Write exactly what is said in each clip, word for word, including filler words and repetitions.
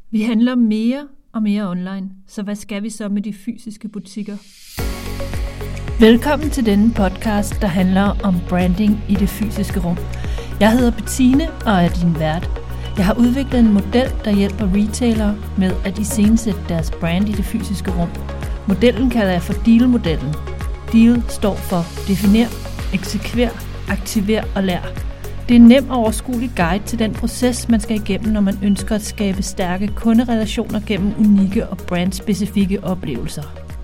Vi handler mere og mere online, så hvad skal vi så med de fysiske butikker? Velkommen til denne podcast, der handler om branding i det fysiske rum. Jeg hedder Bettine og er din vært. Jeg har udviklet en model, der hjælper retailere med at iscenesætte deres brand i det fysiske rum. Modellen kalder jeg for DEAL-modellen. DEAL står for definer, eksekver, aktiver og lær. Det er en nem og overskuelig guide til den proces, man skal igennem, når man ønsker at skabe stærke kunderelationer gennem unikke og brandspecifikke oplevelser.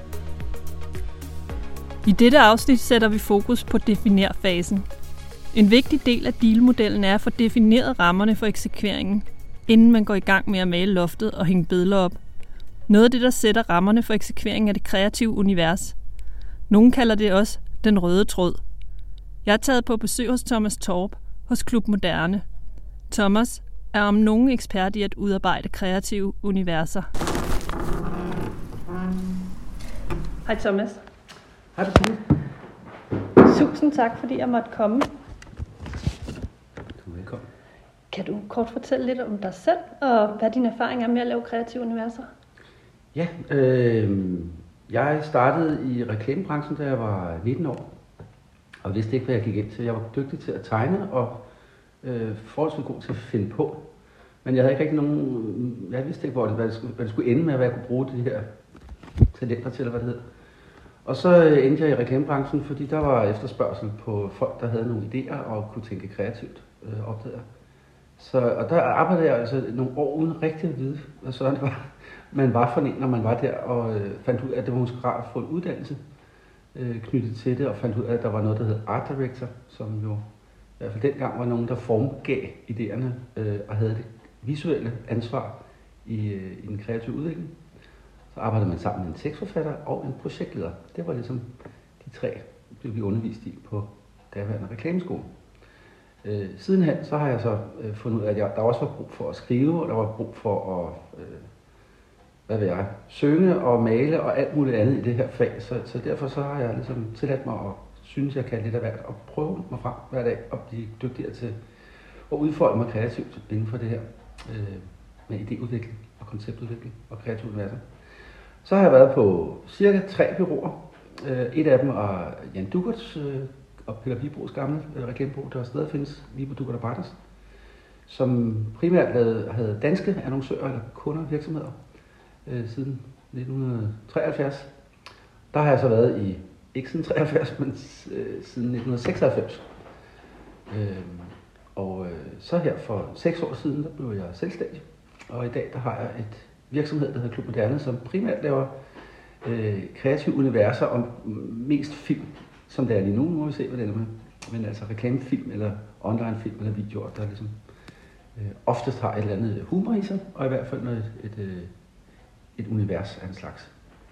I dette afsnit sætter vi fokus på definerfasen. En vigtig del af DEAL-modellen er at få defineret rammerne for eksekveringen, inden man går i gang med at male loftet og hænge billeder op. Noget af det, der sætter rammerne for eksekveringen, er det kreative univers. Nogle kalder det også den røde tråd. Jeg er taget på besøg hos Thomas Torp hos Club Moderne. Thomas er om nogen ekspert i at udarbejde kreative universer. Hej Thomas. Hej Bettine. Tusind tak, fordi jeg måtte komme. Du er velkommen. Kan du kort fortælle lidt om dig selv, og hvad din erfaring er med at lave kreative universer? Ja, øh, jeg startede i reklamebranchen, da jeg var nitten år. Og vidste ikke, hvad jeg gik ind til. Jeg var dygtig til at tegne og øh, forholdsvis god til at finde på. Men jeg havde ikke rigtig nogen... Jeg vidste ikke, hvor det, hvad, det skulle, hvad det skulle ende med, hvad jeg kunne bruge de her talenter til, eller hvad det hed. Og så øh, endte jeg i reklamebranchen, fordi der var efterspørgsel på folk, der havde nogle idéer og kunne tænke kreativt, øh, opdagede jeg. Så, og der arbejdede jeg altså nogle år uden rigtig at vide, hvad sådan det var. Man var for en, når man var der, og øh, fandt ud af, at det var måske rart at få en uddannelse knyttet til det, og fandt ud af, at der var noget, der hed Art Director, som jo i hvert fald dengang var nogen, der formgav idéerne øh, og havde det visuelle ansvar i, øh, i den kreative udvikling. Så arbejdede man sammen med en tekstforfatter og en projektleder. Det var ligesom de tre, blev vi undervist i på daværende reklameskole. Øh, sidenhen så har jeg så øh, fundet ud af, at jeg, der også var brug for at skrive, og der var brug for at øh, hvad ved jeg, synge og male og alt muligt andet i det her fag. Så, så derfor så har jeg ligesom tilladt mig og synes, jeg kan lidt af hvert at prøve mig frem hver dag og blive dygtigere til at udfolde mig kreativt inden for det her øh, med idéudvikling og konceptudvikling og kreativ universer. Så har jeg været på cirka tre bureauer. Øh, et af dem er Jan Dukerts øh, og Peter Vibros gamle øh, reklamebureau, der stadig findes, Vibro Dukert og Barters, som primært havde, havde danske annoncører eller kunder virksomheder. Øh, siden nitten treoghalvfjerds. Der har jeg så været i, ikke siden treoghalvfjerds, men øh, siden nitten seksoghalvfems. Øh, og øh, så her for seks år siden, der blev jeg selvstændig. Og i dag, der har jeg et virksomhed, der hedder Club Moderne, som primært laver øh, kreative universer om mest film, som det er lige nu. Nu må vi se, hvad det er med. Men altså reklamefilm, eller online-film, eller videoer, der ligesom øh, oftest har et eller andet humor i sig, og i hvert fald noget et, et øh, et univers af en slags.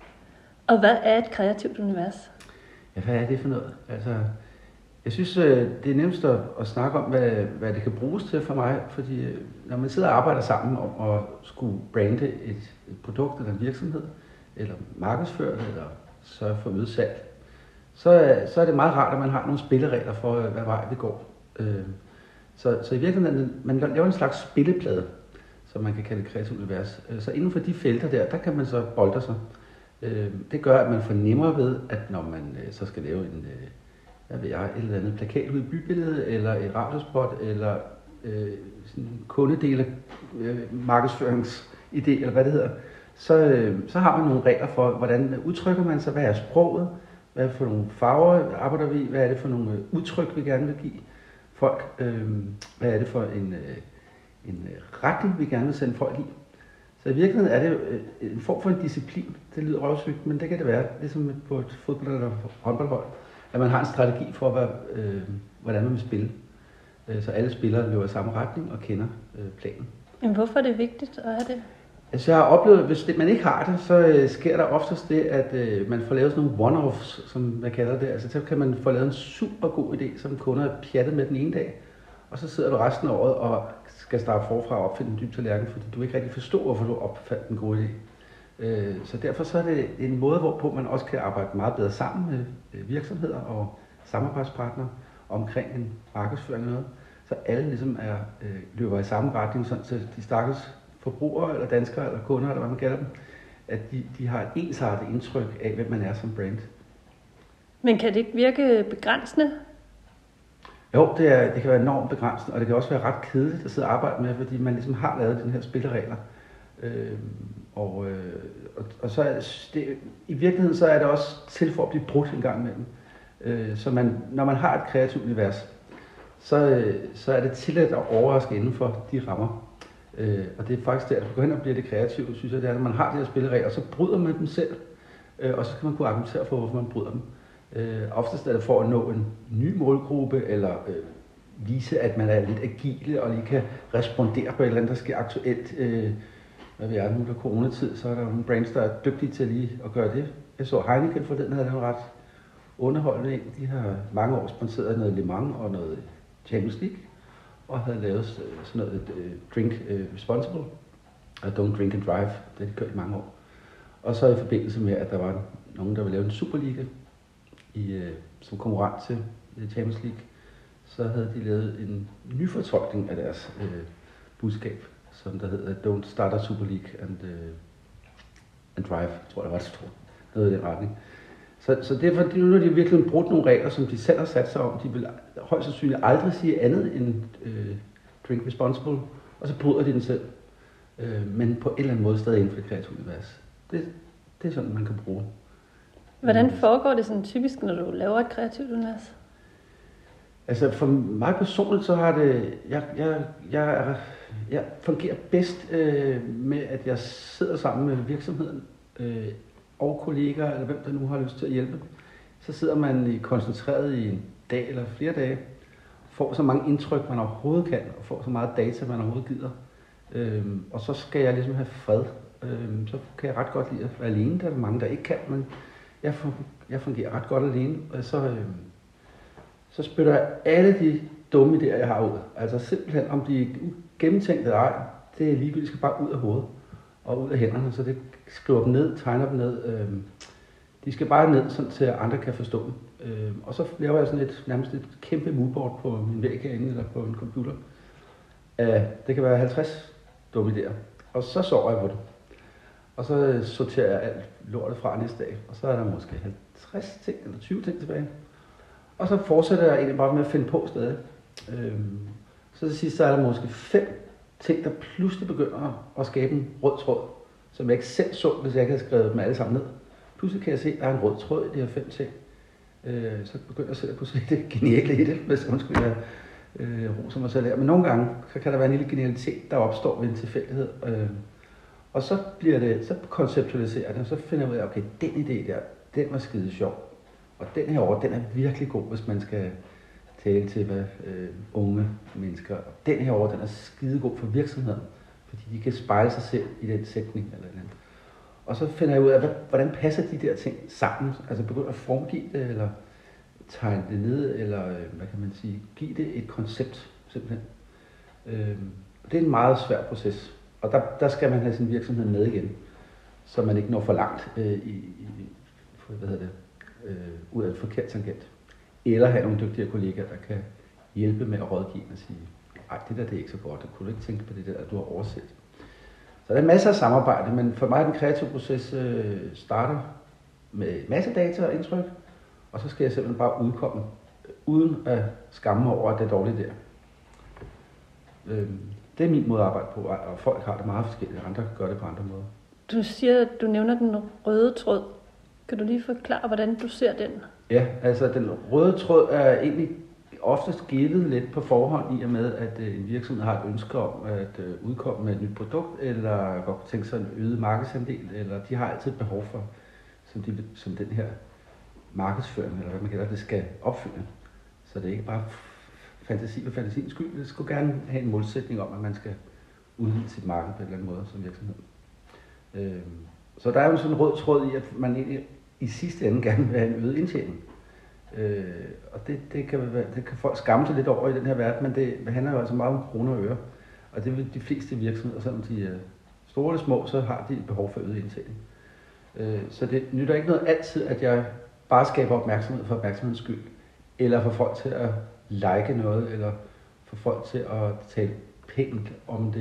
Og hvad er et kreativt univers? Ja, hvad er det for noget? Altså, jeg synes, det er nemmest at, at snakke om, hvad, hvad det kan bruges til for mig, fordi når man sidder og arbejder sammen om at skulle brande et, et produkt eller en virksomhed, eller markedsføre det, eller sørge for øget salg, så, så er det meget rart, at man har nogle spilleregler for, hvad vej vi går. Så, så i virkeligheden, man laver en slags spilleplade, som man kan kalde et kreativt univers. Så inden for de felter der, der kan man så bolde sig. Det gør, at man får nemmere ved, at når man så skal lave en, hvad ved jeg, et eller andet plakat ud i bybilledet, eller et radiospot, eller øh, sådan en kundedel øh, markedsføringsidé, eller hvad det hedder, så, øh, så har man nogle regler for, hvordan udtrykker man sig, hvad er sproget, hvad er det for nogle farver arbejder vi i, hvad er det for nogle udtryk, vi gerne vil give folk, øh, hvad er det for en... Øh, en retning, vi gerne vil sende folk i. Så i virkeligheden er det en form for en disciplin. Det lyder røvsygt, men det kan det være, ligesom på et fodbold- eller håndboldhold, at man har en strategi for, hvad, øh, hvordan man vil spille. Så alle spillere løber i samme retning og kender øh, planen. Men hvorfor er det vigtigt at have det? Altså jeg har oplevet, at hvis det, man ikke har det, så øh, sker der oftest det, at øh, man får lavet sådan nogle one-offs, som man kalder det. Altså så kan man få lavet en super god idé, som kunder er pjattet med den ene dag, og så sidder du resten af året og skal starte forfra og opfinde en dyb tallerken, fordi du ikke rigtig forstår, hvorfor du opfandt en god idé. Så derfor så er det en måde, hvorpå man også kan arbejde meget bedre sammen med virksomheder og samarbejdspartnere omkring en markedsføring og noget. Så alle ligesom er, løber i samme retning, så de stakkels forbrugere, eller danskere, eller kunder, eller hvad man kalder dem, at de, de har et ensartet indtryk af, hvem man er som brand. Men kan det ikke virke begrænsende? Jo, det, er, det kan være enormt begrænsende, og det kan også være ret kedeligt at sidde og arbejde med, fordi man ligesom har lavet den her spilleregler. Øh, og, øh, og, og så er det, det, i virkeligheden så er det også til for at blive brudt en gang imellem. Øh, så man, når man har et kreativt univers, så, øh, så er det tilladt at overraske inden for de rammer. Øh, og det er faktisk der, at du går hen og bliver det kreative, synes jeg, det er, når man har de her spilleregler, og så bryder man dem selv, øh, og så kan man kunne argumentere for, hvorfor man bryder dem. Øh, oftest er det for at nå en ny målgruppe, eller øh, vise, at man er lidt agile, og lige kan respondere på et eller andet, der sker aktuelt. Øh, hvad ved jeg, nu er der coronatid, så er der nogle brands, der er dygtige til lige at gøre det. Jeg så Heineken for den, havde den ret underholdende en. De har mange år sponsoreret noget Le Mans og noget Champions League, og havde lavet sådan noget uh, drink uh, responsible, og don't drink and drive, det har de kørt i mange år. Og så i forbindelse med, at der var nogen, der ville lave en Superliga i, uh, som konkurrent til Champions League, så havde de lavet en ny fortolkning af deres uh, budskab, som der hedder Don't Start a Super League and, uh, and Drive, tror jeg var det stort, noget i den retning. Så, så derfor nu har de virkelig brugt nogle regler, som de selv har sat sig om. De vil højst sandsynligt aldrig sige andet end øh, drink responsible, og så bryder de den selv. Øh, men på en eller anden måde stadig inden for det kreative univers. Det, det er sådan, man kan bruge. Hvordan foregår det sådan typisk, når du laver et kreativt univers? Altså for mig personligt, så har det, jeg, jeg, jeg, er, jeg fungerer bedst øh, med, at jeg sidder sammen med virksomheden, øh, og kollegaer, eller hvem der nu har lyst til at hjælpe. Så sidder man koncentreret i en dag eller flere dage, får så mange indtryk, man overhovedet kan, og får så meget data, man overhovedet gider. Øhm, og så skal jeg ligesom have fred. Øhm, så kan jeg ret godt lide at være alene. Der er mange, der ikke kan, men jeg, jeg fungerer ret godt alene. Og så, øhm, så spytter jeg alle de dumme idéer, jeg har ud. Altså simpelthen, om de er gennemtænkte eller ej, det er ligegyldigt, skal bare ud af hovedet og ud af hænderne, så det skriver dem ned, tegner dem ned. Øh, de skal bare ned, sådan til at andre kan forstå dem. Øh, og så laver jeg sådan et, nærmest et kæmpe moodboard på min væg herinde, eller på en computer. Øh, det kan være halvtreds dumme idéer. Og så sover jeg på det. Og så sorterer jeg alt lortet fra næste dag. Og så er der måske halvtreds ting, eller tyve ting tilbage. Og så fortsætter jeg egentlig bare med at finde på stadig. Øh, så til sidst så er der måske fem ting, der pludselig begynder at skabe en rød tråd, som jeg ikke selv så, hvis jeg ikke havde skrevet dem alle sammen ned. Pludselig kan jeg se, at der er en rød tråd i de her fem ting. Øh, så begynder jeg selv at kunne se det geniale i det, hvis jeg undskyld, jeg øh, roser mig selv her. Men nogle gange, så kan der være en lille genialitet, der opstår ved en tilfældighed. Øh, og så bliver det, så konceptualiserer jeg det, og så finder jeg ud af, okay, den idé der, den var skide sjov. Og den her over, den er virkelig god, hvis man skal tale til hvad, øh, unge mennesker. Og den her over, den er skide god for virksomheden, fordi de kan spejle sig selv i den sætning eller andet. Og så finder jeg ud af, hvad, hvordan passer de der ting sammen? Altså begynde at formgive det, eller tegne det ned, eller hvad kan man sige, give det et koncept simpelthen. Øh, det er en meget svær proces, og der, der skal man have sin virksomhed med igen, så man ikke når for langt øh, i, i hvad hedder det, øh, ud af et forkert tangent. Eller have nogle dygtige kollegaer, der kan hjælpe med at rådgive og sige, ej, det der det er ikke så godt, kunne du ikke tænke på det der, du har overset. Så der er masser af samarbejde, men for mig den kreative proces øh, starter med en masse data og indtryk, og så skal jeg simpelthen bare udkomme, uden at skamme mig over, at det er dårligt der. Øh, det er min måde at arbejde på, og folk har det meget forskelligt, andre gør det på andre måder. Du siger, at du nævner den røde tråd. Kan du lige forklare, hvordan du ser den? Ja, altså den røde tråd er egentlig oftest givet lidt på forhånd i og med, at en virksomhed har et ønske om at udkomme med et nyt produkt, eller godt tænke sig en øget markedsandel, eller de har altid et behov for, som, de, som den her markedsføring, eller hvad man kalder det, skal opfylde. Så det er ikke bare fantasi for fantasiens skyld, det skulle gerne have en målsætning om, at man skal udvide sit marked på en eller anden måde som virksomhed. Så der er jo sådan en rød tråd i, at man egentlig i sidste ende gerne vil have en øget indtjening. Øh, og det, det, kan, det kan folk skamme sig lidt over i den her verden, men det handler jo altså meget om kroner og øre. Og det vil de fleste virksomheder, selvom de er store eller små, så har de et behov for øget indtjening. Øh, så det nytter ikke noget altid, at jeg bare skaber opmærksomhed for opmærksomhedens skyld, eller for folk til at like noget, eller for folk til at tale pænt om det, jeg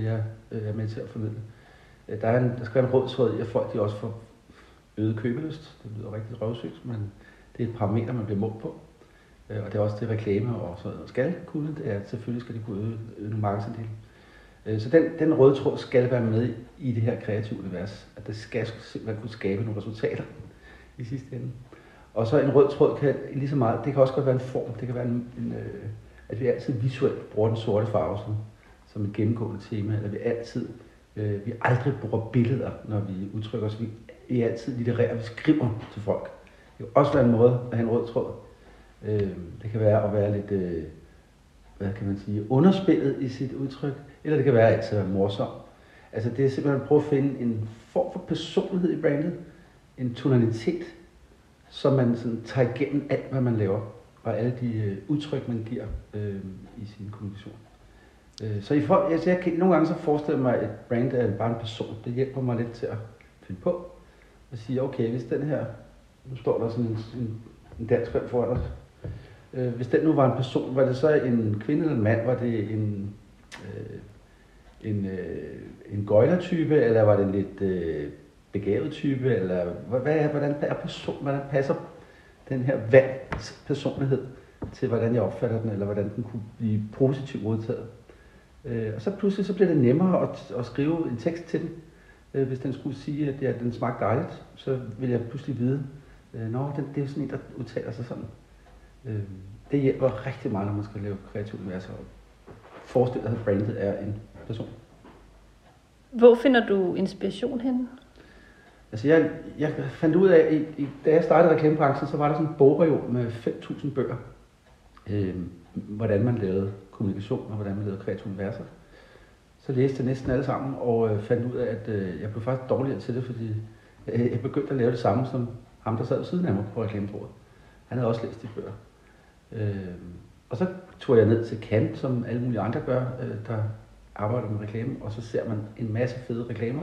øh, er med til at formidle. Der, er en, der skal være en rød tråd i, at folk de også får øget købelyst. Det lyder rigtig røvsygt, men det er et parameter, man bliver målt på. Og det er også det, reklame og sådan noget skal kunne. Det er, at selvfølgelig skal de kunne øge, øge nogle markedsandele. Så den, den røde tråd skal være med i det her kreative univers. At det skal simpelthen kunne skabe nogle resultater i sidste ende. Og så en rød tråd kan lige så meget, det kan også godt være en form. Det kan være en, en at vi altid visuelt bruger den sorte farve som, som et gennemgående tema. Eller vi altid, øh, vi aldrig bruger billeder, når vi udtrykker os. Vi, vi altid litterære, vi skriver til folk. Det kan også være en måde at have en rød tråd. Øh, det kan være at være lidt, øh, hvad kan man sige, underspillet i sit udtryk. Eller det kan være altid at være morsom. Altså det er simpelthen at prøve at finde en form for personlighed i brandet. En tonalitet, som man sådan tager igennem alt, hvad man laver. Og alle de øh, udtryk, man giver øh, i sin kommunikation. Øh, så i for, altså jeg kan, nogle gange så forestiller mig, at et brand er bare en person. Det hjælper mig lidt til at finde på. Og sige, okay, hvis den her, nu står der sådan en, en, en dansk film foran os. Øh, hvis den nu var en person, var det så en kvinde eller en mand? Var det en, øh, en, øh, en gøjlertype, eller var det en lidt øh, begavet type? Eller hvad, hvordan, er person, hvordan passer den her valgt personlighed til, hvordan jeg opfatter den, eller hvordan den kunne blive positivt modtaget. Øh, og så pludselig så bliver det nemmere at, at skrive en tekst til den. Øh, hvis den skulle sige, at ja, den smagte dejligt, så vil jeg pludselig vide, øh, nå, den, det er sådan en, der udtaler sig sådan. Øh, det hjælper rigtig meget, når man skal lave kreative universer. Forestil dig, at brandet er en person. Hvor finder du inspiration henne? Altså jeg, jeg fandt ud af, at da jeg startede reklamebranchen, så var der sådan en bogreol med fem tusind bøger. Øh, hvordan man lavede kommunikation og hvordan man lavede kreative universer. Så læste jeg næsten alle sammen og øh, fandt ud af, at øh, jeg blev faktisk dårligere til det, fordi øh, jeg begyndte at lave det samme som ham, der sad ved siden af mig på reklamebordet. Han havde også læst de bøger. Øh, og så tog jeg ned til Cannes, som alle mulige andre gør, øh, der arbejder med reklame, og så ser man en masse fede reklamer,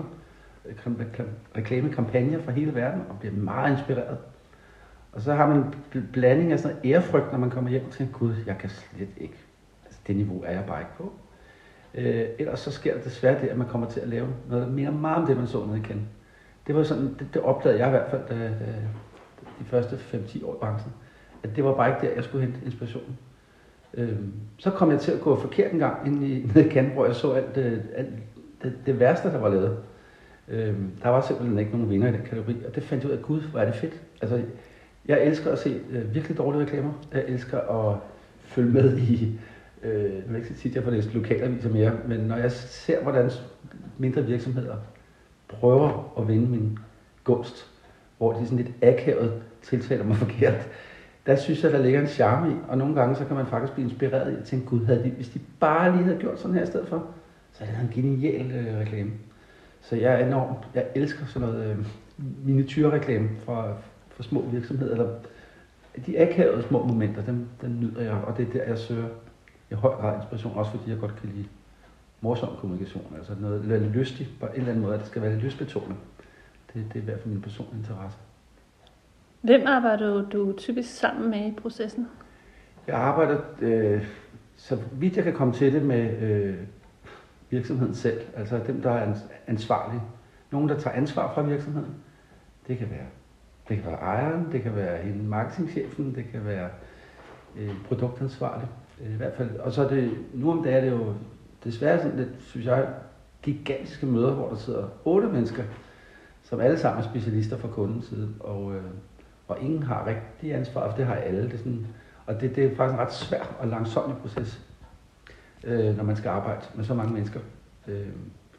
reklamekampagner fra hele verden, og bliver meget inspireret. Og så har man en blanding af sådan noget ærefrygt, når man kommer hjem og tænker, gud, jeg kan slet ikke, altså det niveau er jeg bare ikke på. Øh, ellers så sker det desværre det, at man kommer til at lave noget, der minder meget om det, man så nede i Cannes. Det var sådan, det, det opdagede jeg i hvert fald, da, da de første fem til ti år i branchen, at det var bare ikke der, jeg skulle hente inspirationen. Øh, så kom jeg til at gå forkert en gang ind i, nede i Cannes, hvor jeg så alt, det, alt det, det værste, der var lavet. Øhm, der var simpelthen ikke nogen vinder i den kategori, og det fandt jeg ud af, gud, hvor er det fedt. Altså, jeg elsker at se øh, virkelig dårlige reklamer. Jeg elsker at følge med i, øh, nu er ikke så tit, jeg får læst lokalaviser mere, men når jeg ser, hvordan mindre virksomheder prøver at vinde min gunst, hvor de sådan lidt akavet tiltaler mig forkert, der synes jeg, der ligger en charme i, og nogle gange så kan man faktisk blive inspireret i at tænke, gud, havde de, hvis de bare lige havde gjort sådan her i stedet for, så er det en genial øh, reklame. Så jeg er enormt, jeg elsker sådan noget øh, miniatyrreklame fra, fra små virksomheder, eller de akavede små momenter, dem, dem nyder jeg, og det er der, jeg søger i høj grad inspiration, også fordi jeg godt kan lide morsom kommunikation, altså noget lidt lystigt, på en eller anden måde, at det skal være lidt lystbetonet. Det, det er i hvert fald min personlige interesse. Hvem arbejder du typisk sammen med i processen? Jeg arbejder, øh, så vidt jeg kan komme til det, med øh, virksomheden selv, altså dem, der er ansvarlige. Nogen, der tager ansvar fra virksomheden. Det kan være, det kan være ejeren, det kan være hende marketingchefen, det kan være øh, produktansvarlig. Øh, I hvert fald. Og så er det, nu om dagen er det jo desværre sådan lidt, synes jeg, gigantiske møder, hvor der sidder otte mennesker, som alle sammen er specialister fra kundens side, og, øh, og ingen har rigtig ansvar, for det har alle. Det er sådan, og det, det er faktisk en ret svær og langsomlig proces, øh, når man skal arbejde med så mange mennesker. Øh,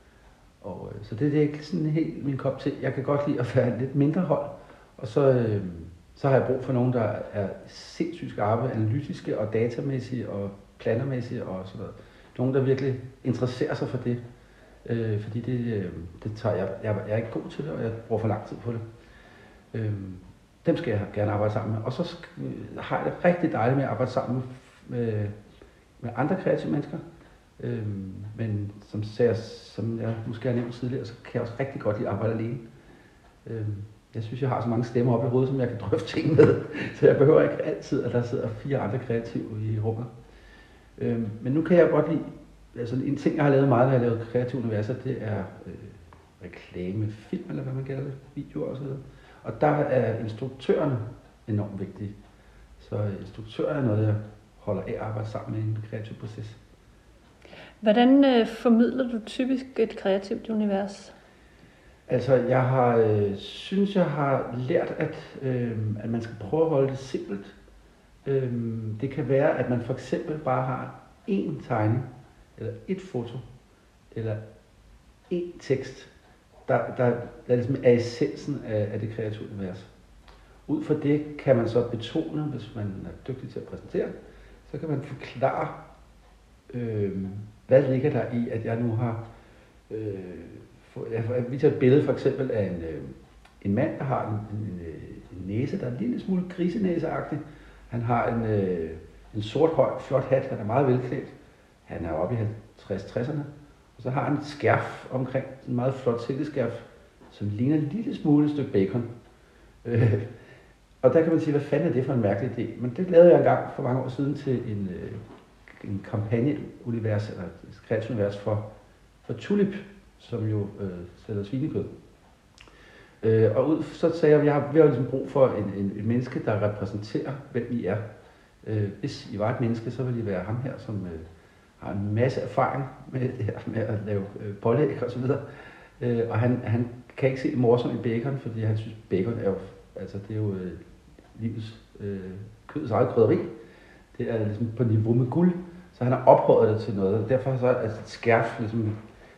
og, øh, så det, det er ikke sådan helt min kop til. Jeg kan godt lide at være lidt mindre hold, og så, øh, så har jeg brug for nogen, der er sindssygt skarpe, analytiske og datamæssige og planermæssige og sådan noget. Nogen, der virkelig interesserer sig for det. Øh, fordi det, øh, det tager jeg, jeg, jeg er ikke god til det, og jeg bruger for lang tid på det. Øh, dem skal jeg gerne arbejde sammen med. Og så skal, har jeg det rigtig dejligt med at arbejde sammen med, med andre kreative mennesker. Øh, men som, jeg, som jeg måske har nævnt tidligere, så kan jeg også rigtig godt lide at arbejde alene. Øh, jeg synes, jeg har så mange stemmer op i hovedet, som jeg kan drøfte ting med. Så jeg behøver ikke altid, at der sidder fire andre kreative i rummet. Øh, men nu kan jeg godt lide altså en ting, jeg har lavet meget, når jeg har lavet kreative universer, det er øh, reklamefilm, eller hvad man kalder det, videoer og så videre. Og der er instruktørerne enormt vigtige. Så instruktører er noget, jeg holder af at arbejde sammen med i en kreativ proces. Hvordan øh, formidler du typisk et kreativt univers? Altså, jeg har, øh, synes, jeg har lært, at, øh, at man skal prøve at holde det simpelt. Øh, det kan være, at man for eksempel bare har én tegning, eller et foto, eller én tekst, der, der, der ligesom er essensen af, af det kreative univers. Ud fra det kan man så betone, hvis man er dygtig til at præsentere, så kan man forklare, øh, hvad ligger der i, at jeg nu har... Øh, for, jeg viser et billede for eksempel af en, øh, en mand, der har en, en, en næse, der er en lille smule grisenæseagtig. Han har en, øh, en sort, høj, flot hat, han er meget velklædt. Han er oppe i halvtreds tresserne. Og så har han et skærf omkring, en meget flot silkeskærf, som ligner en lille smule et stykke bacon. Øh, og der kan man sige, hvad fanden er det for en mærkelig idé? Men det lavede jeg engang for mange år siden til en, øh, en kampagneunivers, eller et kreativt univers for, for Tulip, som jo øh, sælger svinekød. Øh, og ud, så sagde jeg, at jeg har, vi har ligesom brug for en, en, en menneske, der repræsenterer, hvem I er. Øh, hvis I var et menneske, så ville I være ham her, som øh, har en masse erfaring med det her med at lave øh, pålæg og så videre. Øh, og han, han kan ikke se det morsomt i bacon, fordi han synes, bacon er jo, altså det er jo øh, livets øh, kødets eget krydderi. Det er ligesom på niveau med guld, så han har ophøjet det til noget. Derfor så er altså et skærf ligesom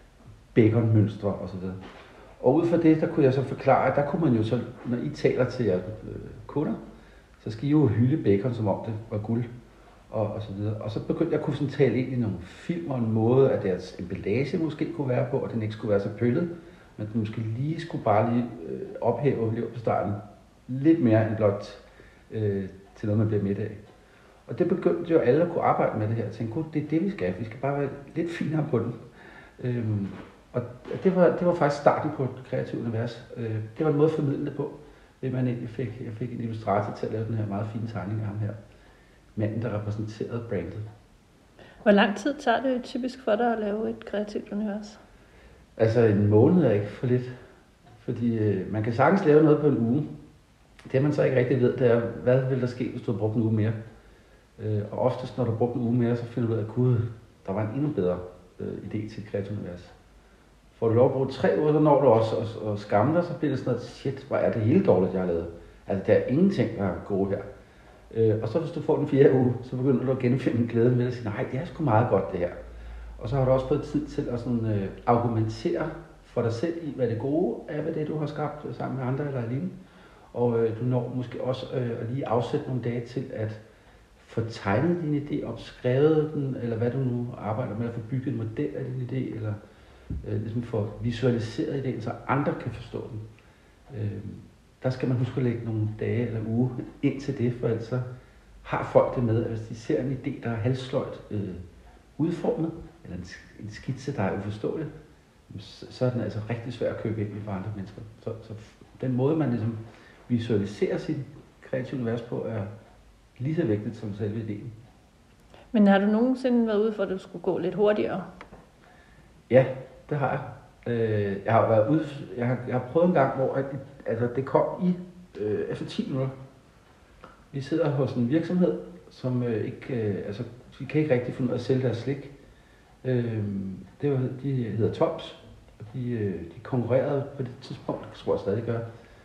baconmønstre og så videre. Og ud fra det, der kunne jeg så forklare, at der kunne man jo så, når I taler til jer øh, kunder, så skal I jo hylde bacon, som om det var guld, og, og så videre. Og så begyndte jeg at kunne sådan tale ind i nogle film og en måde, at deres emballage måske kunne være på, og den ikke skulle være så pøllet, men den måske lige skulle bare lige øh, ophæve lever på starten lidt mere end blot øh, til noget, man bliver midt af. Og det begyndte jo alle at kunne arbejde med det her. Jeg tænkte, det er det, vi skal. Vi skal bare være lidt finere på den. Øhm, og det var, det var faktisk starten på et kreativt univers. Øh, det var en måde at formidle det på. Det man egentlig fik, jeg fik en illustrator til at lave den her meget fine tegning af ham her. Manden, der repræsenterede brandet. Hvor lang tid tager det typisk for dig at lave et kreativt univers? Altså en måned er ikke for lidt. Fordi øh, man kan sagtens lave noget på en uge. Det man så ikke rigtig ved, det er, hvad vil der ske, hvis du har brugt en uge mere? Øh, og oftest, når du har brugt en uge mere, så finder du ud af, at gud, der var en endnu bedre øh, idé til et kreativt univers. Får du lov at bruge tre uger, så når du også at, at skamme dig, så bliver det sådan noget, shit, hvor er det hele dårligt, jeg har lavet. Altså, der er ingenting, der er gode her. Øh, og så hvis du får den fjerde uge, så begynder du at genfinde glæden med at sige, nej, det er sgu meget godt det her. Og så har du også fået tid til at sådan, øh, argumentere for dig selv i, hvad det gode er ved det, du har skabt sammen med andre eller alene. Og øh, du når måske også øh, at lige afsætte nogle dage til at få tegnet din idé op, skrevet den, eller hvad du nu arbejder med, at få bygget en model af din idé, eller øh, ligesom få visualiseret idéen, så andre kan forstå den. Øh, der skal man huske at lægge nogle dage eller uge ind til det, for ellers har folk det med, at hvis de ser en idé, der er halvsløjt øh, udformet, eller en, en skitse, der er uforståelig, så, så er den altså rigtig svær at købe ind i for andre mennesker. Så, så den måde, man ligesom visualiserer sin kreative univers på, er lige så vigtigt som selve ideen. Men har du nogensinde været ude for, at du skulle gå lidt hurtigere? Ja, det har jeg. Øh, jeg har været ude, jeg har, jeg har prøvet en gang, hvor at, altså, det kom i øh, efter ti minutter. Vi sidder hos en virksomhed, som øh, ikke, øh, altså, de kan ikke rigtig finde ud af at sælge deres slik. Øh, det var, de hedder Toms, og de, øh, de konkurrerede på det tidspunkt, jeg tror jeg stadig gør,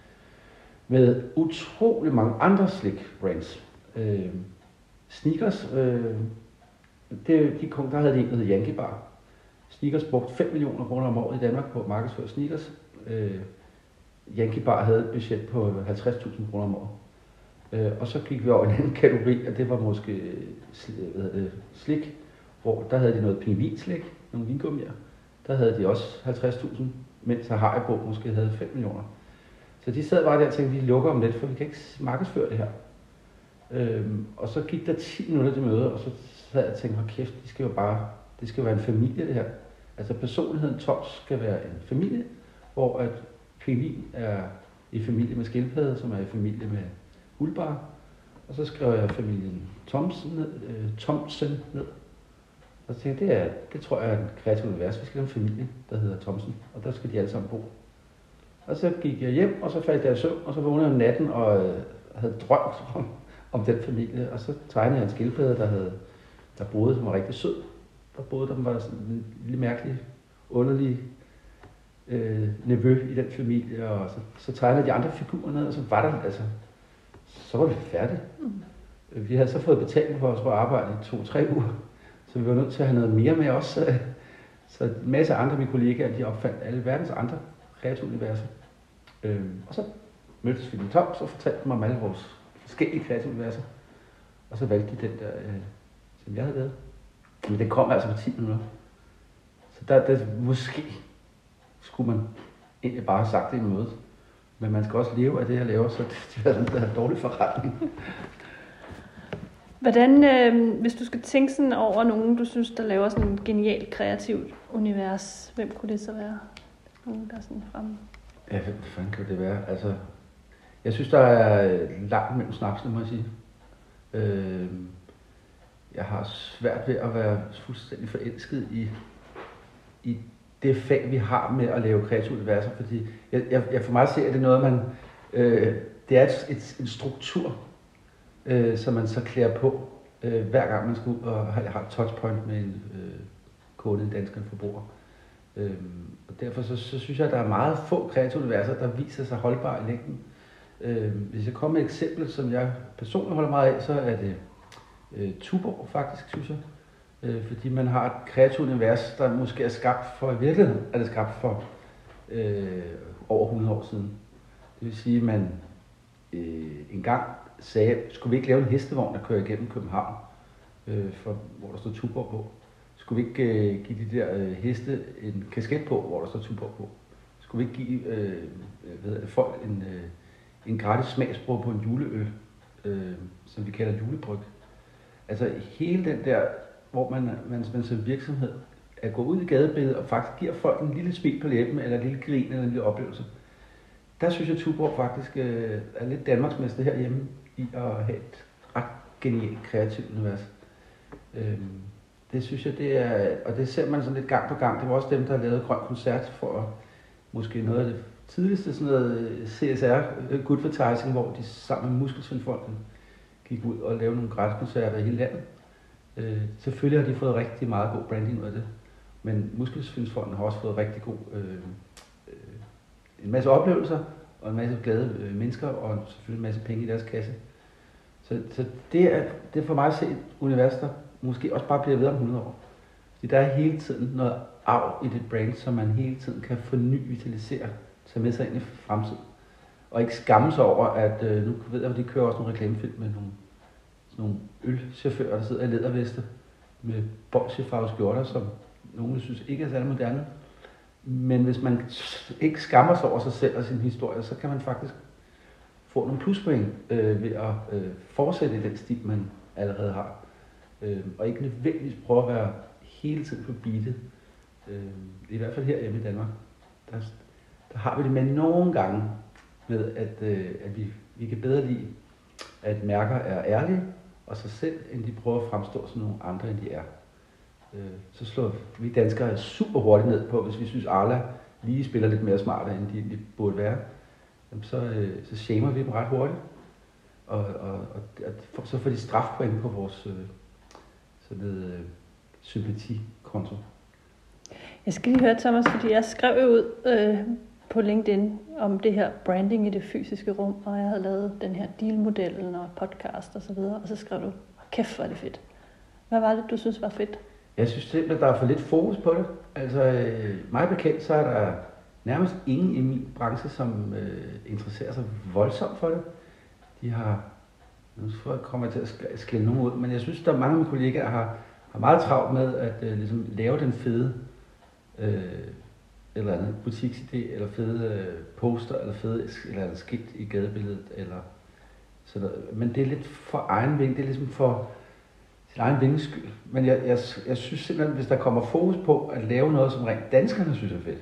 med utrolig mange andre slik-brands. Øh, Snickers, øh, det, de kom, der havde de en, der hed Yankee Bar. Snickers brugte fem millioner kroner om året i Danmark på at markedsføre Snickers. Øh, Yankee Bar havde et budget på halvtreds tusind kroner om året. Øh, og så gik vi over i en anden kategori, og det var måske hvad hedder det, slik, hvor der havde de noget pingvinslik, nogle vingummier. Der havde de også halvtreds tusind, mens Haribo måske havde fem millioner. Så de sad bare der og tænkte, vi lukker om lidt, for vi kan ikke markedsføre det her. Øhm, og så gik der ti minutter til møde, og så sad jeg og tænkte, hold kæft, det skal jo bare, det skal jo være en familie det her. Altså personligheden Toms skal være en familie, hvor at pingvin er i familie med skildpadde, som er i familie med uldbar. Og så skrev jeg familien Thomsen ned, øh, Thomsen ned. Og så tænkte jeg, det, er, det tror jeg er en kreativ univers. Vi skal have en familie, der hedder Thomsen, og der skal de alle sammen bo. Og så gik jeg hjem, og så faldt jeg i søvn, og så vågnede jeg om natten og øh, havde drømt om, om den familie. Og så tegnede jeg en skildpadde, der, havde, der boede, som var rigtig sød. Der boede der, var sådan en lille mærkelig, underlig øh, nevø i den familie. Og så, så tegnede de andre figurer ned, og så var der, altså, så var vi færdige. Mm. Vi havde så fået betaling for os på arbejde i to-tre uger, så vi var nødt til at have noget mere med os. Så en masse andre af mine kollegaer, de opfandt alle verdens andre kreative universer. Øhm, og så mødtes vi med Tom, så fortalte de mig om alle vores forskellige kreative universer. Og så valgte de den der, øh, som jeg havde lavet. Men den kom altså på ti minutter. Så der, der måske skulle man egentlig bare have sagt det i mødet. Men man skal også leve af det, jeg laver, så det er den der dårlig forretning. Hvordan, øh, hvis du skal tænke sådan over nogen, du synes, der laver sådan et genialt kreativt univers, hvem kunne det så være? Nogen, der er sådan fremme. Ja, hvem fanden kan det være? Altså, jeg synes, der er langt mellem snapsene, må jeg sige. Øh, jeg har svært ved at være fuldstændig forelsket i, i det fag, vi har med at lave kreative universer, fordi jeg, jeg, jeg for mig ser, at det er noget, man... Øh, det er et, et, en struktur, øh, som man så klæder på, øh, hver gang man skal ud og har, har et touchpoint med en øh, kunde, en dansker, en forbruger. Øhm, og derfor så, så synes jeg, at der er meget få kreative universer, der viser sig holdbare i længden. Øhm, hvis jeg kommer med et eksempel, som jeg personligt holder meget af, så er det øh, Tuborg faktisk, synes jeg. Øh, fordi man har et kreativt univers, der måske er skabt for, i virkeligheden er det skabt for øh, over hundrede år siden. Det vil sige, at man øh, engang sagde, skulle vi ikke lave en hestevogn, der kører igennem København, øh, for, hvor der stod Tuborg på. Skulle vi ikke øh, give de der øh, heste en kasket på, hvor der står Tuborg på? Skulle vi ikke give øh, hvad det, folk en, øh, en gratis smagsprøve på en juleøl, øh, som vi kalder julebryg? Altså hele den der, hvor man, man, man som virksomhed er gået ud i gadebilledet og faktisk giver folk en lille smil på læben, eller en lille grin, eller en lille oplevelse. Der synes jeg, at Tuborg faktisk øh, er lidt danmarksmester herhjemme i at have et ret genialt kreativt univers. Øh, Det synes jeg, det er, og det ser man sådan lidt gang på gang. Det var også dem, der lavede Grøn Koncert for måske noget af det tidligste, sådan noget C S R, Good Advertising, hvor de sammen med Muskelsvindfonden gik ud og lavede nogle græskoncerter i hele landet. Øh, selvfølgelig har de fået rigtig meget god branding ud af det, men Muskelsvindfonden har også fået rigtig god, øh, øh, en masse oplevelser og en masse glade øh, mennesker og selvfølgelig en masse penge i deres kasse. Så, så det, er, det er for mig at se et univers, der måske også bare bliver ved om hundrede år. Fordi der er hele tiden noget arv i det brand, som man hele tiden kan forny, vitalisere, tage med sig ind i fremtiden. Og ikke skamme sig over, at øh, nu ved jeg, at de kører også nogle reklamefilm med nogle, sådan nogle ølchauffører, der sidder i læderveste med bolsjefarvede skjorter, som nogen synes ikke er særlig moderne. Men hvis man ikke skammer sig over sig selv og sin historie, så kan man faktisk få nogle pluspoint øh, ved at øh, fortsætte i den stil, man allerede har. Øh, og ikke nødvendigvis prøve at være hele tiden på beatet. Øh, I hvert fald herhjemme i Danmark. Der, der har vi det med nogle gange med, at, øh, at vi, vi kan bedre lide, at mærker er ærlige og sig selv, end de prøver at fremstå som nogle andre, end de er. Øh, så slår vi danskere super hurtigt ned på, hvis vi synes, Arla lige spiller lidt mere smarte, end de, de burde være. Jamen, så, øh, så shamer vi dem ret hurtigt. Og, og, og at, så får de strafpoint på vores... Øh, Så det er øh, sympatikonto. Jeg skal lige høre, Thomas, fordi jeg skrev jo ud øh, på LinkedIn om det her branding i det fysiske rum, og jeg havde lavet den her dealmodellen og podcast og så videre, og så skrev du, kæft, hvor er det fedt. Hvad var det, du synes var fedt? Jeg synes simpelthen, der er for lidt fokus på det. Altså, øh, mig bekendt, så er der nærmest ingen i min branche, som øh, interesserer sig voldsomt for det. De har... Nu kommer jeg til at skille nogen ud, men jeg synes, der er mange af mine kollegaer, der har, har meget travlt med at øh, ligesom, lave den fede øh, eller andet butiksidé, eller fede øh, poster, eller fede eller andet skilt i gadebilledet. Eller, så der, men det er lidt for egen ving, det er ligesom for sin egen vinges skyld. Men jeg, jeg, jeg synes simpelthen, hvis der kommer fokus på at lave noget, som rent danskerne synes er fedt,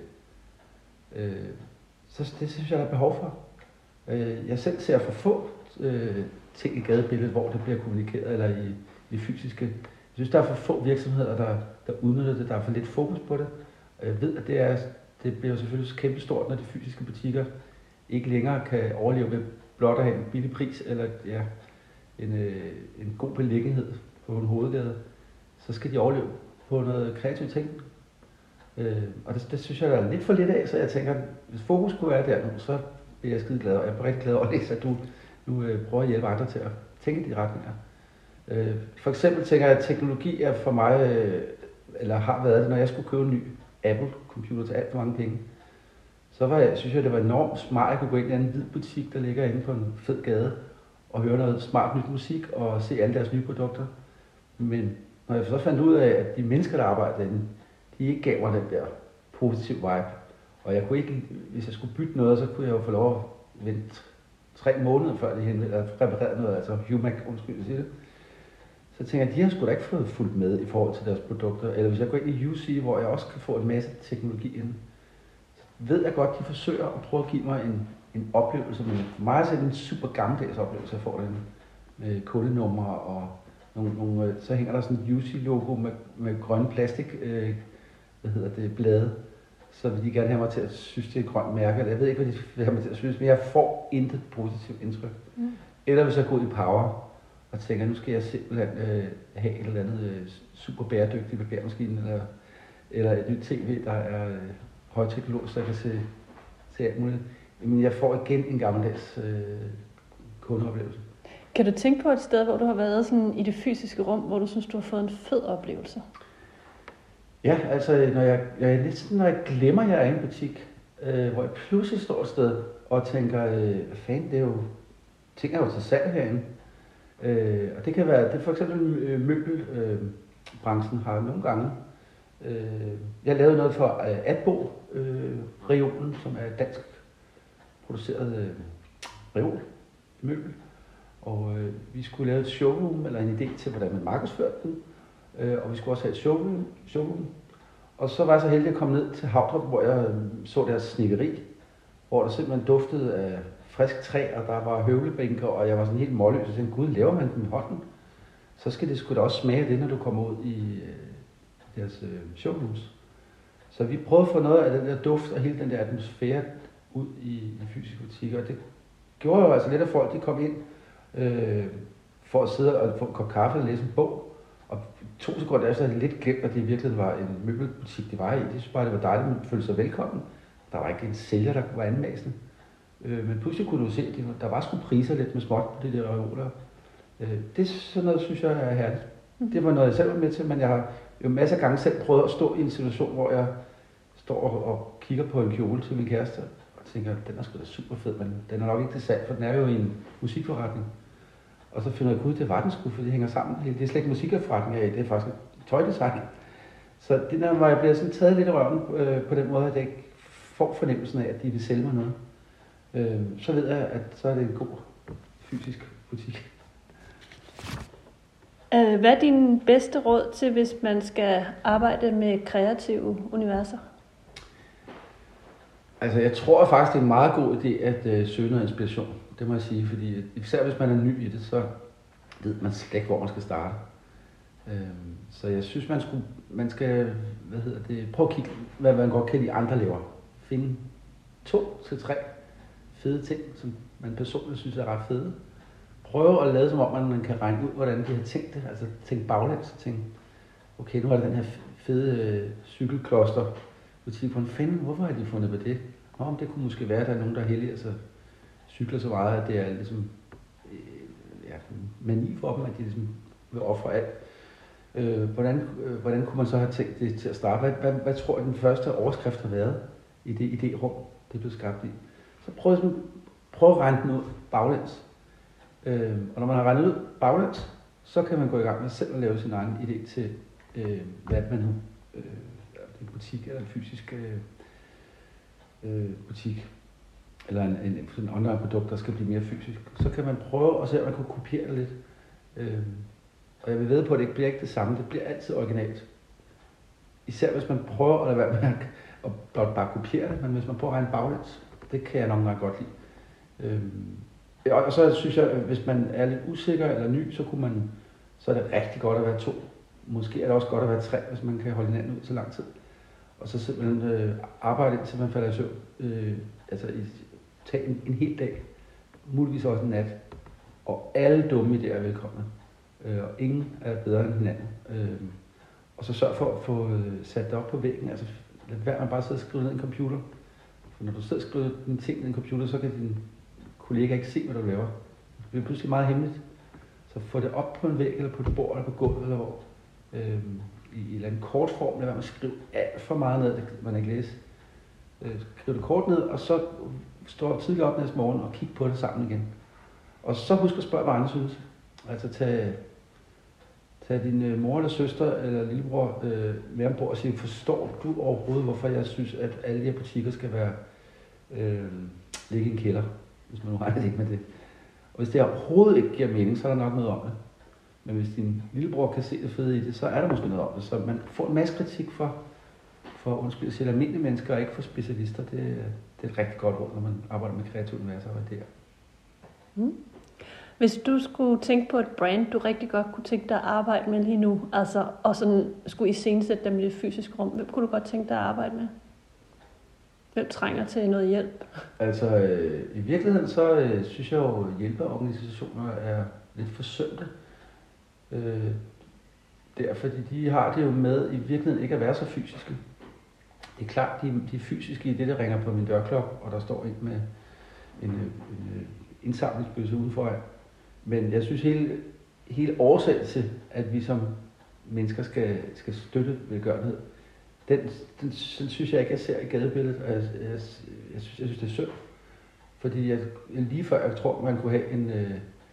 øh, så det synes jeg, der er behov for. Øh, jeg selv ser for få øh, ting i gadebilledet, hvor det bliver kommunikeret, eller i, i fysiske synes, der er for få virksomheder, der, der udnytter det. Der er for lidt fokus på det. Og jeg ved, at det, er, det bliver selvfølgelig kæmpestort, når de fysiske butikker ikke længere kan overleve ved blot at have en billig pris eller ja, en, øh, en god beliggenhed på en hovedgade. Så skal de overleve på noget kreativt ting. Øh, og det, det synes jeg, der er lidt for lidt af, så jeg tænker, hvis fokus kunne være der nu, så bliver jeg skide glad, og jeg er rigtig glad over det, at du nu øh, prøver at hjælpe andre til at tænke i de retninger. Øh, for eksempel tænker jeg, at teknologi er for mig, øh, eller har været det, når jeg skulle købe en ny Apple-computer til alt for mange penge, så var jeg, synes jeg, det var enormt smart, at jeg kunne gå ind i en hvid butik, der ligger inde på en fed gade, og høre noget smart nyt musik, og se alle deres nye produkter. Men når jeg så fandt ud af, at de mennesker, der arbejdede inde, de ikke gav mig den der positiv vibe. Og jeg kunne ikke, hvis jeg skulle bytte noget, så kunne jeg jo få lov at vente tre måneder før de henvendte, repareret noget, altså Humac, undskyld at sige det. Så tænker jeg, de har sgu da ikke fået fuldt med i forhold til deres produkter. Eller hvis jeg går ind i U C, hvor jeg også kan få en masse teknologi ind, så ved jeg godt, at de forsøger at prøve at give mig en, en oplevelse. Men for mig er det en super gammeldags oplevelse, jeg får den med kundenumre og nogle, nogle, så hænger der sådan et U C-logo med, med grønne plastik, øh, hvad hedder det, blade. Så vil de gerne have mig til at synes, det er et grønt mærke. Jeg ved ikke, hvad de vil have mig til at synes, men jeg får intet positivt indtryk. Mm. Eller hvis jeg går ud i Power og tænker, nu skal jeg simpelthen øh, have et eller andet øh, super bæredygtigt barbermaskine, eller, eller et nyt tv, der er øh, højteknologisk, så jeg kan se, se alt muligt. Men jeg får igen en gammeldags øh, kundeoplevelse. Kan du tænke på et sted, hvor du har været sådan i det fysiske rum, hvor du synes, du har fået en fed oplevelse? Ja, altså når jeg, jeg næsten når jeg glemmer, at jeg er i en butik, øh, hvor jeg pludselig står et sted og tænker, øh, hvad fanden, det er jo, ting er jo til salg herinde. Øh, og det kan være, det er for eksempel møbelbranchen øh, har nogle gange. Øh, jeg lavede noget for øh, Adbo øh, regionen, som er dansk produceret øh, reol, møbel. Og øh, vi skulle lave et showroom, eller en idé til, hvordan man markedsførte den. Øh, og vi skulle også have et showroom, showroom. Og så var jeg så heldig at komme ned til Havdrup, hvor jeg øh, så deres snikkeri, hvor der simpelthen duftede af frisk træ, og der var høvlebænker, og jeg var sådan helt målløs, og jeg tænkte, gud, laver man den i hånden? Så skal det sgu da også smage det, når du kommer ud i øh, deres øh, showrooms. Så vi prøvede at få noget af den der duft og hele den der atmosfære ud i de fysiske butikker, og det gjorde jo altså lidt, at folk de kom ind øh, for at sidde og få en kop kaffe og læse en bog. Og to sekunder efter havde jeg lidt glemt, at det i virkeligheden var en møbelbutik, det var i. Det synes bare, det var dejligt, at man følte sig velkommen. Der var ikke en sælger, der var anmæsende. Øh, men pludselig kunne du se, at der var sgu priser lidt med småt på de der reoler. Øh, det sådan noget, synes jeg er herligt. Det var noget, jeg selv var med til, men jeg har jo masser af gange selv prøvet at stå i en situation, hvor jeg står og, og kigger på en kjole til min kæreste, og tænker, den er sgu da super fed, men den er nok ikke til salg, for den er jo i en musikforretning. Og så finder jeg ud, det var den sgu, for det hænger sammen. Det er slet ikke musikforretning her i, det er faktisk tøjdesign. Så det der, hvor jeg bliver sådan taget lidt i røven øh, på den måde, at jeg ikke får fornemmelsen af, at de vil sælge mig noget. Øh, så ved jeg, at så er det en god fysisk butik. Hvad er din bedste råd til, hvis man skal arbejde med kreative universer? Altså, jeg tror faktisk, det er en meget god idé at øh, søge noget inspiration. Det må jeg sige, fordi især hvis man er ny i det, så ved man slet ikke, hvor man skal starte. Øhm, så jeg synes, man, skulle, man skal hvad hedder det, prøve at kigge, hvad man godt kan lide andre laver. Finde to til tre fede ting, som man personligt synes er ret fede. Prøve at lade som om, man kan regne ud, hvordan de har tænkt det. Altså tænke baglæns og tænke, okay, nu er der den her fede øh, cykelkloster butik. Hvordan fanden, hvorfor har de fundet på det? Nå, om det kunne måske være, at der er nogen, der er heldige, altså cykler så meget, at det er ligesom øh, ja, mani for dem, at de ligesom vil ofre alt. Øh, hvordan, øh, hvordan kunne man så have tænkt det til at starte? Hvad, hvad, hvad tror jeg, den første overskrift har været i det idérum, det blev skabt i? Så prøv, sådan, prøv at regne den ud baglæns. Øh, og når man har regnet ud baglæns, så kan man gå i gang med selv at lave sin egen idé til, øh, hvad man nu, øh, en butik eller en fysisk øh, øh, butik, eller en, en, en online produkt, der skal blive mere fysisk. Så kan man prøve at se, om man kan kopiere det lidt. Øh, og jeg vil ved på, at det ikke bliver ikke det samme. Det bliver altid originalt. Især hvis man prøver at lade være med at blot bare kopiere det, men hvis man prøver at regne baglæns, det kan jeg nogle gange godt lide. Øh, og så synes jeg, at hvis man er lidt usikker eller ny, så kunne man, så er det rigtig godt at være to måske er det også godt at være tre, hvis man kan holde hinanden ud så lang tid. Og så simpelthen øh, arbejde indtil man falder i søvn. Øh, altså i, tage en, en hel dag, muligvis også en nat. Og alle dumme idéer er velkomne. Øh, og ingen er bedre end hinanden. Øh, og så sørg for at få øh, sat det op på væggen. Altså lad være med bare sidde og skrive ned i en computer. For når du sidder og skriver dine ting ned i en computer, så kan din kollega ikke se, hvad du laver. Det bliver pludselig meget hemmeligt. Så få det op på en væg, eller på et bord, eller på gulvet, eller hvor. Øh, i en eller anden kort form, lad være med at skrive alt for meget ned, det man ikke læse. Øh, skriv det kort ned, og så stå tidligt op næste morgen og kig på det sammen igen. Og så husk at spørge, hvad andre synes. Altså tag, tag din mor eller søster eller lillebror øh, med ombord og sige, forstår du overhovedet, hvorfor jeg synes, at alle de her butikker skal være øh, ligge i en kælder, hvis man nu regner ikke med det. Og hvis det overhovedet ikke giver mening, så er der nok noget om det. Men hvis din lillebror kan se det fede i det, så er der måske noget om det. Så man får en masse kritik for, for undskyld, selv almindelige mennesker og ikke for specialister. Det, det er et rigtig godt råd, når man arbejder med kreative universer og idéer. Mm. Hvis du skulle tænke på et brand, du rigtig godt kunne tænke dig at arbejde med lige nu, altså, og sådan skulle iscenesætte dem i det fysiske rum, hvem kunne du godt tænke dig at arbejde med? Hvem trænger til noget hjælp? Altså, øh, i virkeligheden så øh, synes jeg jo, at hjælpeorganisationer er lidt forsømte. Øh, der, fordi de har det jo med i virkeligheden ikke at være så fysiske. Det er klart, de, de er fysiske i det, der ringer på min dørklokke, og der står en med en, en indsamlingsbøsse ude foran. Men jeg synes, hele, hele årsagen til, at vi som mennesker skal, skal støtte velgørenhed, den, den, den synes jeg ikke, jeg ser i gadebilledet, og jeg, jeg, jeg, synes, jeg synes, det er synd. Fordi jeg, lige før jeg tror, man kunne have en... Øh,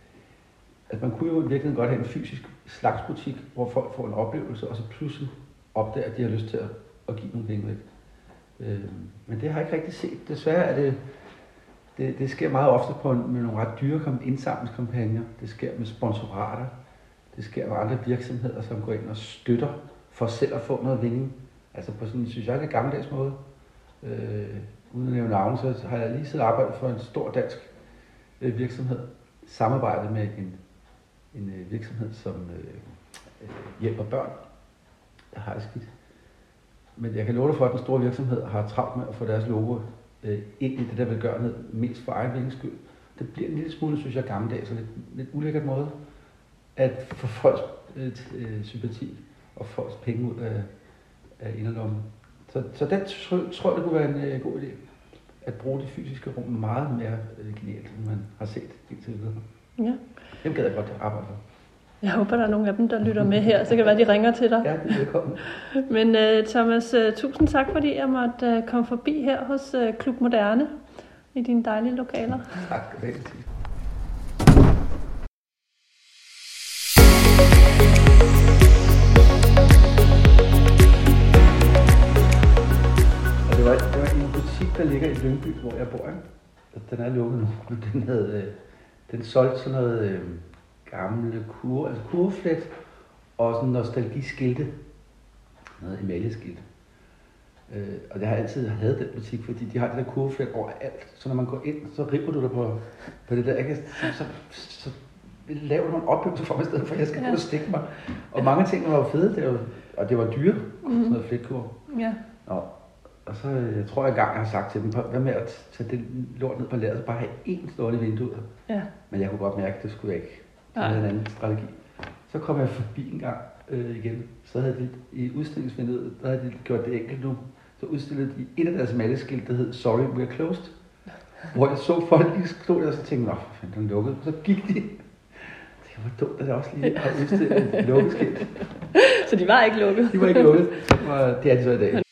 at man kunne jo virkelig godt have en fysisk slagsbutik, hvor folk får en oplevelse, og så pludselig opdager, at de har lyst til at, at give nogle penge væk. Øh, men det har jeg ikke rigtig set. Desværre er det... Det, det sker meget ofte på en, med nogle ret dyre indsamlingskampagner. Det sker med sponsorater. Det sker med andre virksomheder, som går ind og støtter for selv at få noget vinding. Altså på sådan, synes jeg, det gammeldags måde. Øh, uden at nævne navn, så har jeg lige siddet og arbejdet for en stor dansk øh, virksomhed. Samarbejdet med en, en øh, virksomhed, som øh, hjælper børn, der har det skidt. Men jeg kan love dig for, at den store virksomhed har travlt med at få deres logo øh, ind i det der velgørenhed, mest for egen vingens skyld. Det bliver en lille smule, synes jeg, gammeldags og lidt, lidt ulækkert måde at få folks øh, øh, sympati og folks penge ud af, af inderlommen. Så, så den tror jeg, det kunne være en øh, god idé. At bruge det fysiske rum meget mere øh, genialt, end man har set indtil videre. Ja. Dem gad jeg godt arbejde for. Jeg håber, der er nogle af dem, der lytter med her, så kan det være, de ringer til dig. Ja, det er velkommen. Men uh, Thomas, uh, tusind tak, fordi jeg måtte uh, komme forbi her hos uh, Klub Moderne i dine dejlige lokaler. Tak, veldig. Og det var, det var en butik, der ligger i Lyngby, hvor jeg bor. Den er lukket nu, men den, havde, øh, den solgte sådan noget... Øh, gamle kurve, altså kurveflet og sådan nostalgiskilte. Noget emaljeskilte. Øh, og det har jeg altid haft den butik, fordi de har det der kurveflet overalt. Så når man går ind, så ripper du dig på, på det der. Ikke? Så, så, så laver du nogle oplevelser for mig i stedet for, at jeg skal gå og stikke mig. Og mange ting var jo fede, det var, og det var dyre, mm. sådan noget fletkurve. Ja. Nå, og så jeg tror jeg engang, jeg har sagt til dem, hvad med at tage det lort ned på lageret, så bare have én stående i vinduet. Ja. Men jeg kunne godt mærke, at det skulle jeg ikke. Det var en anden strategi. Så kom jeg forbi en gang øh, igen. Så havde de i udstillingsvinduet, der havde de gjort det enkelt nu. Så udstillede de et af deres malleskilt, der hed Sorry, we're closed. Hvor jeg så folk lige stod der, og så tænkte jeg, nå, for fanden, den lukkede. Så gik de. Det var dumt, at der også lige har udstillet et lukket skilt. Så de var ikke lukket? De var ikke lukket. Det er de så i dag.